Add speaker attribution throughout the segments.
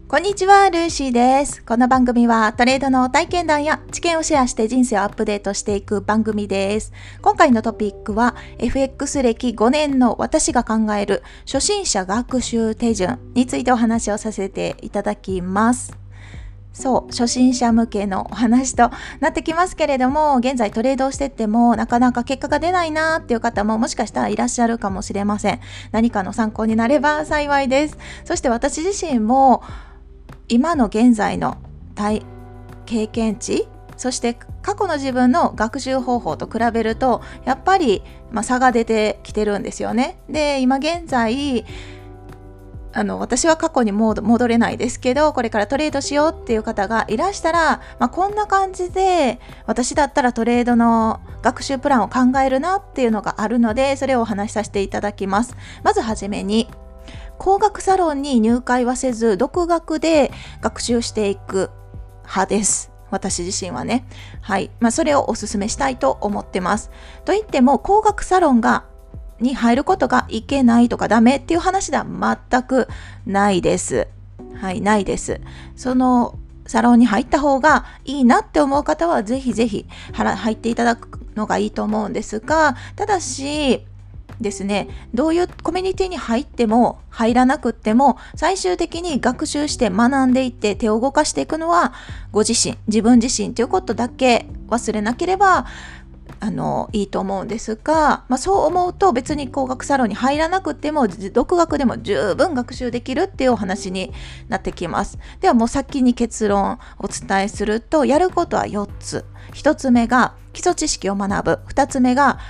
Speaker 1: こんにちは、ルーシーです。この番組はトレードの体験談や知見をシェアして人生をアップデートしていく番組です。今回のトピックは FX 歴5年の私が考える初心者学習手順についてお話をさせていただきます。そう、初心者向けのお話となってきますけれども、現在トレードをしてってもなかなか結果が出ないなーっていう方ももしかしたらいらっしゃるかもしれません。何かの参考になれば幸いです。そして私自身も今の現在の経験値、そして過去の自分の学習方法と比べるとやっぱり差が出てきてるんですよね。で、今現在私は過去に戻れないですけど、これからトレードしようっていう方がいらしたら、こんな感じで私だったらトレードの学習プランを考えるなっていうのがあるので、それをお話しさせていただきます。まずはじめに、高額サロンに入会はせず独学で学習していく派です。私自身はね。はい。それをお勧めしたいと思ってます。といっても、高額サロンに入ることがいけないとかダメっていう話では全くないです。はい、ないです。そのサロンに入った方がいいなって思う方はぜひぜひ入っていただくのがいいと思うんですが、ただしですね、どういうコミュニティに入っても入らなくっても最終的に学習して学んでいって手を動かしていくのは自分自身ということだけ忘れなければいいと思うんですが、そう思うと別に高額サロンに入らなくても独学でも十分学習できるっていうお話になってきます。ではもう先に結論をお伝えすると、やることは4つ。1つ目が基礎知識を学ぶ。2つ目が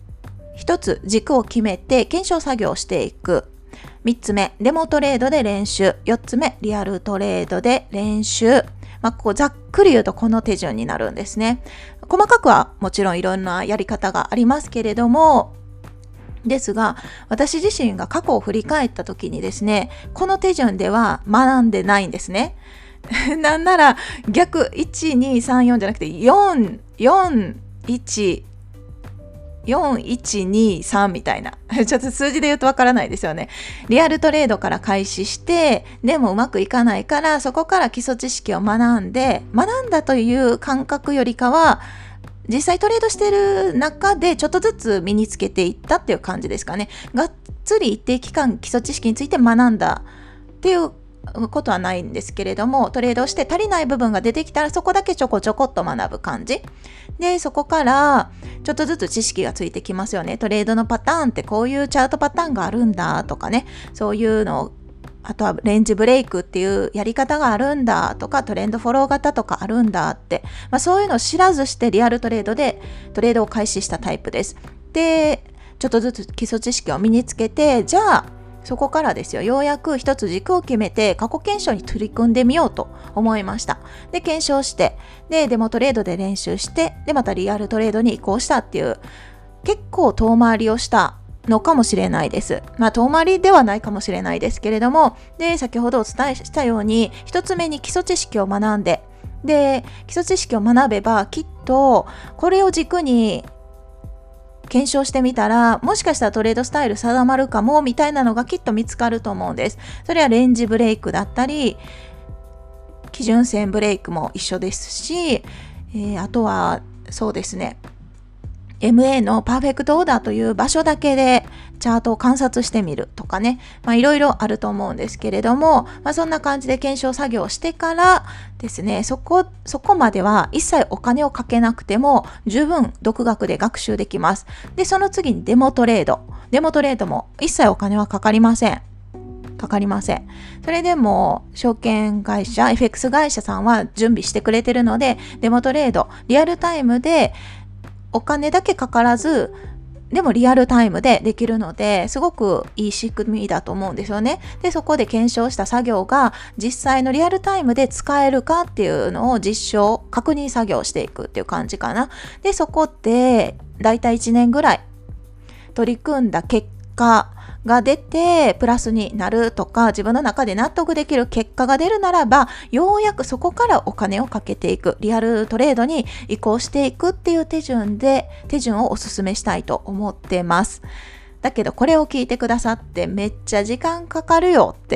Speaker 1: 1つ軸を決めて検証作業をしていく。3つ目、デモトレードで練習。4つ目、リアルトレードで練習。ざっくり言うとこの手順になるんですね。細かくはもちろんいろんなやり方がありますけれども、ですが私自身が過去を振り返った時にですね、この手順では学んでないんですね。なんなら逆1、2、3、4じゃなくて4、4、1、4123みたいなちょっと数字で言うとわからないですよね。リアルトレードから開始してでもうまくいかないから、そこから基礎知識を学んだという感覚よりかは実際トレードしてる中でちょっとずつ身につけていったっていう感じですかね。がっつり一定期間基礎知識について学んだっていうことはないんですけれども、トレードをして足りない部分が出てきたらそこだけちょこちょこっと学ぶ感じで、そこからちょっとずつ知識がついてきますよね。トレードのパターンってこういうチャートパターンがあるんだとかね、そういうのを、あとはレンジブレイクっていうやり方があるんだとか、トレンドフォロー型とかあるんだって、そういうのを知らずしてリアルトレードでトレードを開始したタイプです。で、ちょっとずつ基礎知識を身につけて、じゃあそこからですよ、ようやく一つ軸を決めて過去検証に取り組んでみようと思いました。で、検証して、で、デモトレードで練習して、で、またリアルトレードに移行したっていう、結構遠回りをしたのかもしれないです。遠回りではないかもしれないですけれども、で、先ほどお伝えしたように、一つ目に基礎知識を学んで、で、基礎知識を学べば、きっと、これを軸に、検証してみたら、もしかしたらトレードスタイル定まるかもみたいなのがきっと見つかると思うんです。それはレンジブレイクだったり基準線ブレイクも一緒ですし、あとはそうですね、MA のパーフェクトオーダーという場所だけでチャートを観察してみるとかね、いろいろあると思うんですけれども、そんな感じで検証作業をしてからですね、そこまでは一切お金をかけなくても十分独学で学習できます。で、その次にデモトレードも一切お金はかかりません。それでも証券会社、FX 会社さんは準備してくれてるので、デモトレードリアルタイムでお金だけかからず、でもリアルタイムでできるので、すごくいい仕組みだと思うんですよね。で、そこで検証した作業が実際のリアルタイムで使えるかっていうのを確認作業していくっていう感じかな。で、そこでだいたい1年ぐらい取り組んだ結果が出てプラスになるとか、自分の中で納得できる結果が出るならば、ようやくそこからお金をかけていく、リアルトレードに移行していくっていう手順をお勧めしたいと思ってます。だけどこれを聞いてくださってめっちゃ時間かかるよって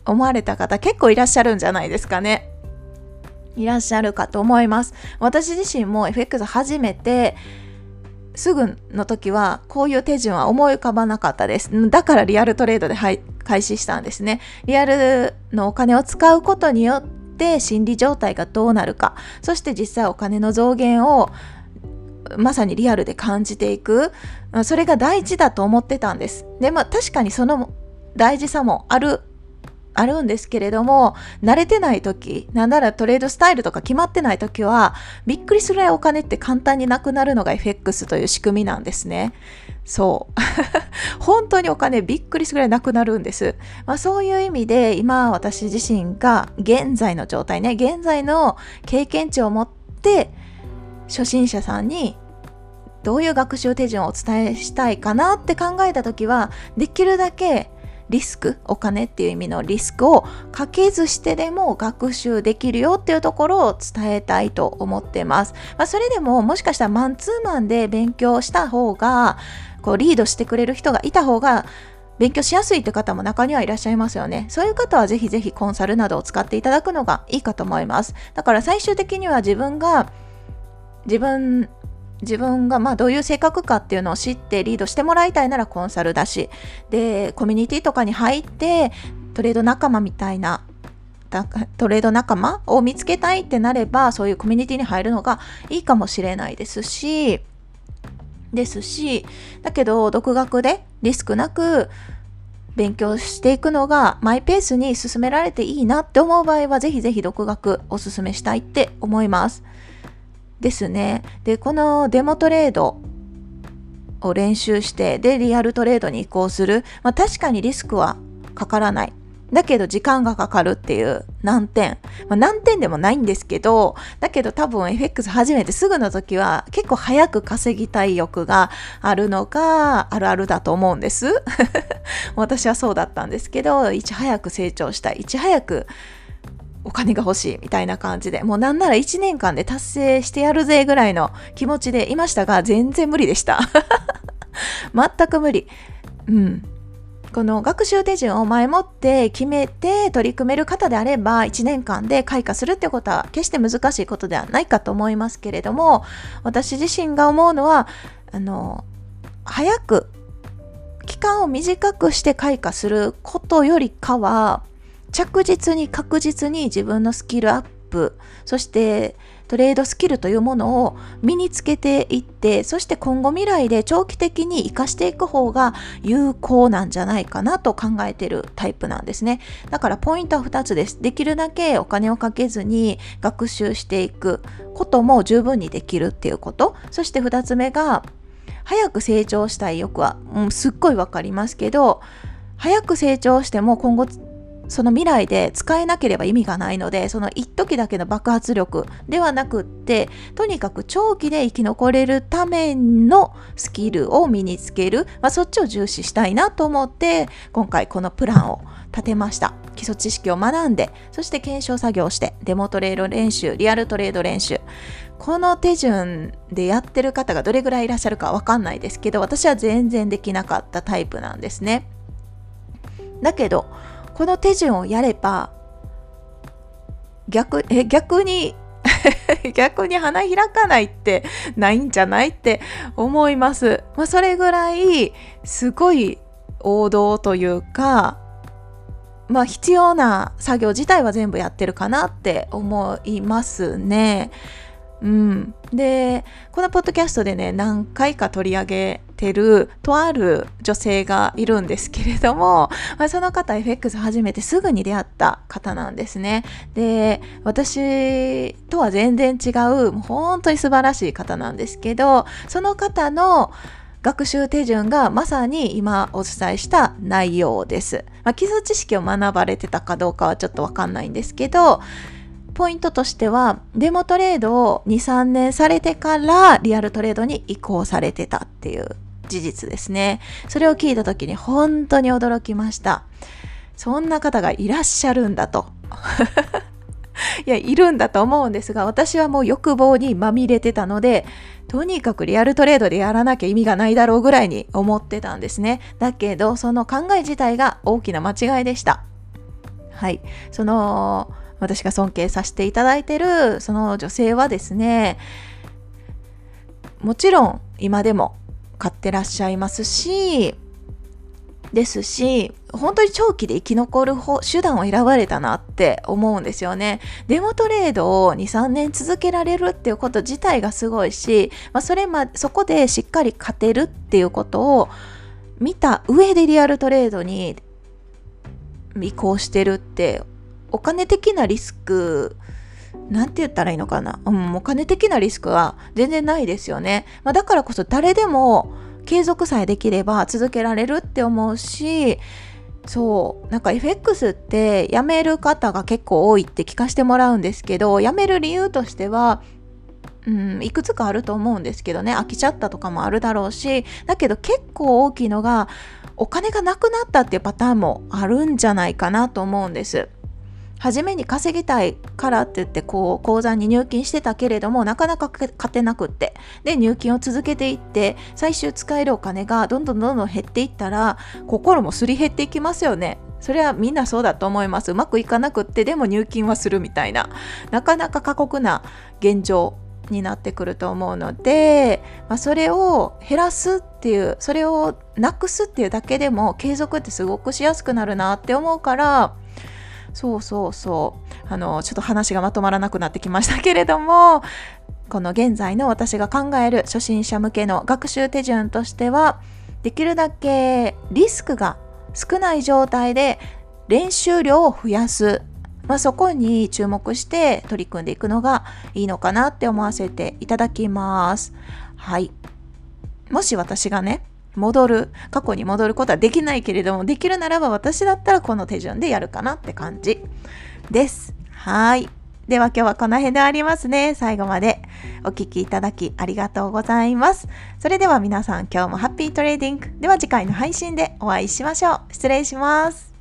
Speaker 1: 思われた方結構いらっしゃるんじゃないですかね。いらっしゃるかと思います。私自身も FX 始めてすぐの時はこういう手順は思い浮かばなかったです。だからリアルトレードで開始したんですね。リアルのお金を使うことによって心理状態がどうなるか、そして実際お金の増減をまさにリアルで感じていく、それが大事だと思ってたんです。で、確かにその大事さもあるんですけれども、慣れてない時、なんならトレードスタイルとか決まってない時はびっくりするぐらいお金って簡単になくなるのが FX という仕組みなんですね。そう本当にお金びっくりするぐらいなくなるんです。そういう意味で今私自身が現在の状態ね、現在の経験値を持って初心者さんにどういう学習手順をお伝えしたいかなって考えた時は、できるだけリスク、お金っていう意味のリスクをかけずしてでも学習できるよっていうところを伝えたいと思ってます。それでももしかしたらマンツーマンで勉強した方がリードしてくれる人がいた方が勉強しやすいという方も中にはいらっしゃいますよね。そういう方はぜひぜひコンサルなどを使っていただくのがいいかと思います。だから最終的には自分がどういう性格かっていうのを知ってリードしてもらいたいならコンサルだし、でコミュニティとかに入ってトレード仲間を見つけたいってなれば、そういうコミュニティに入るのがいいかもしれないですし、だけど独学でリスクなく勉強していくのがマイペースに進められていいなって思う場合は、ぜひぜひ独学おすすめしたいって思いますですね。で、このデモトレードを練習してでリアルトレードに移行する、確かにリスクはかからない、だけど時間がかかるっていう難点、難点でもないんですけど、だけど多分 FX 始めてすぐの時は結構早く稼ぎたい欲があるのがあるあるだと思うんです私はそうだったんですけど、いち早く成長したい、いち早くお金が欲しいみたいな感じで、もうなんなら1年間で達成してやるぜぐらいの気持ちでいましたが、全然無理でした全く無理。この学習手順を前もって決めて取り組める方であれば、1年間で開花するってことは決して難しいことではないかと思いますけれども、私自身が思うのは早く期間を短くして開花することよりかは、着実に確実に自分のスキルアップ、そしてトレードスキルというものを身につけていって、そして今後未来で長期的に活かしていく方が有効なんじゃないかなと考えているタイプなんですね。だからポイントは2つです。できるだけお金をかけずに学習していくことも十分にできるっていうこと。そして2つ目が、早く成長したい欲は、すっごいわかりますけど、早く成長しても今後その未来で使えなければ意味がないので、その一時だけの爆発力ではなくって、とにかく長期で生き残れるためのスキルを身につける、そっちを重視したいなと思って今回このプランを立てました。基礎知識を学んで、そして検証作業して、デモトレード練習、リアルトレード練習、この手順でやってる方がどれぐらいいらっしゃるかわかんないですけど、私は全然できなかったタイプなんですね。だけどこの手順をやれば逆に花開かないってないんじゃないって思います。それぐらいすごい王道というか、必要な作業自体は全部やってるかなって思いますね。で、このポッドキャストでね、何回か取り上げてるとある女性がいるんですけれども、その方 FX 始めてすぐに出会った方なんですね。で、私とは全然違う本当に素晴らしい方なんですけど、その方の学習手順がまさに今お伝えした内容です。基礎知識を学ばれてたかどうかはちょっとわかんないんですけど、ポイントとしてはデモトレードを 2,3 年されてからリアルトレードに移行されてたっていう事実ですね。それを聞いた時に本当に驚きました。そんな方がいらっしゃるんだといるんだと思うんですが、私はもう欲望にまみれてたので、とにかくリアルトレードでやらなきゃ意味がないだろうぐらいに思ってたんですね。だけどその考え自体が大きな間違いでした。 はい、その私が尊敬させていただいてるその女性はですね、もちろん今でも買ってらっしゃいますし、本当に長期で生き残る手段を選ばれたなって思うんですよね。デモトレードを 2,3 年続けられるっていうこと自体がすごいし、そこでしっかり勝てるっていうことを見た上でリアルトレードに移行してるって、お金的なリスクなんて言ったらいいのかな、お金的なリスクは全然ないですよね。だからこそ誰でも継続さえできれば続けられるって思うし、なんか FX ってやめる方が結構多いって聞かせてもらうんですけど、やめる理由としてはいくつかあると思うんですけどね、飽きちゃったとかもあるだろうし、だけど結構大きいのがお金がなくなったっていうパターンもあるんじゃないかなと思うんです。初めに稼ぎたいからって言って口座に入金してたけれどもなかなか勝てなくって、で入金を続けていって最終使えるお金がどんどん減っていったら心もすり減っていきますよね。それはみんなそうだと思います。うまくいかなくってでも入金はするみたいな、なかなか過酷な現状になってくると思うので、それを減らすっていう、それをなくすっていうだけでも継続ってすごくしやすくなるなって思うから、ちょっと話がまとまらなくなってきましたけれども、この現在の私が考える初心者向けの学習手順としては、できるだけリスクが少ない状態で練習量を増やす、そこに注目して取り組んでいくのがいいのかなって思わせていただきます。はい。もし私がね、過去に戻ることはできないけれども、できるならば私だったらこの手順でやるかなって感じです。はい。では今日はこの辺でありますね。最後までお聞きいただきありがとうございます。それでは皆さん今日もハッピートレーディング。では次回の配信でお会いしましょう。失礼します。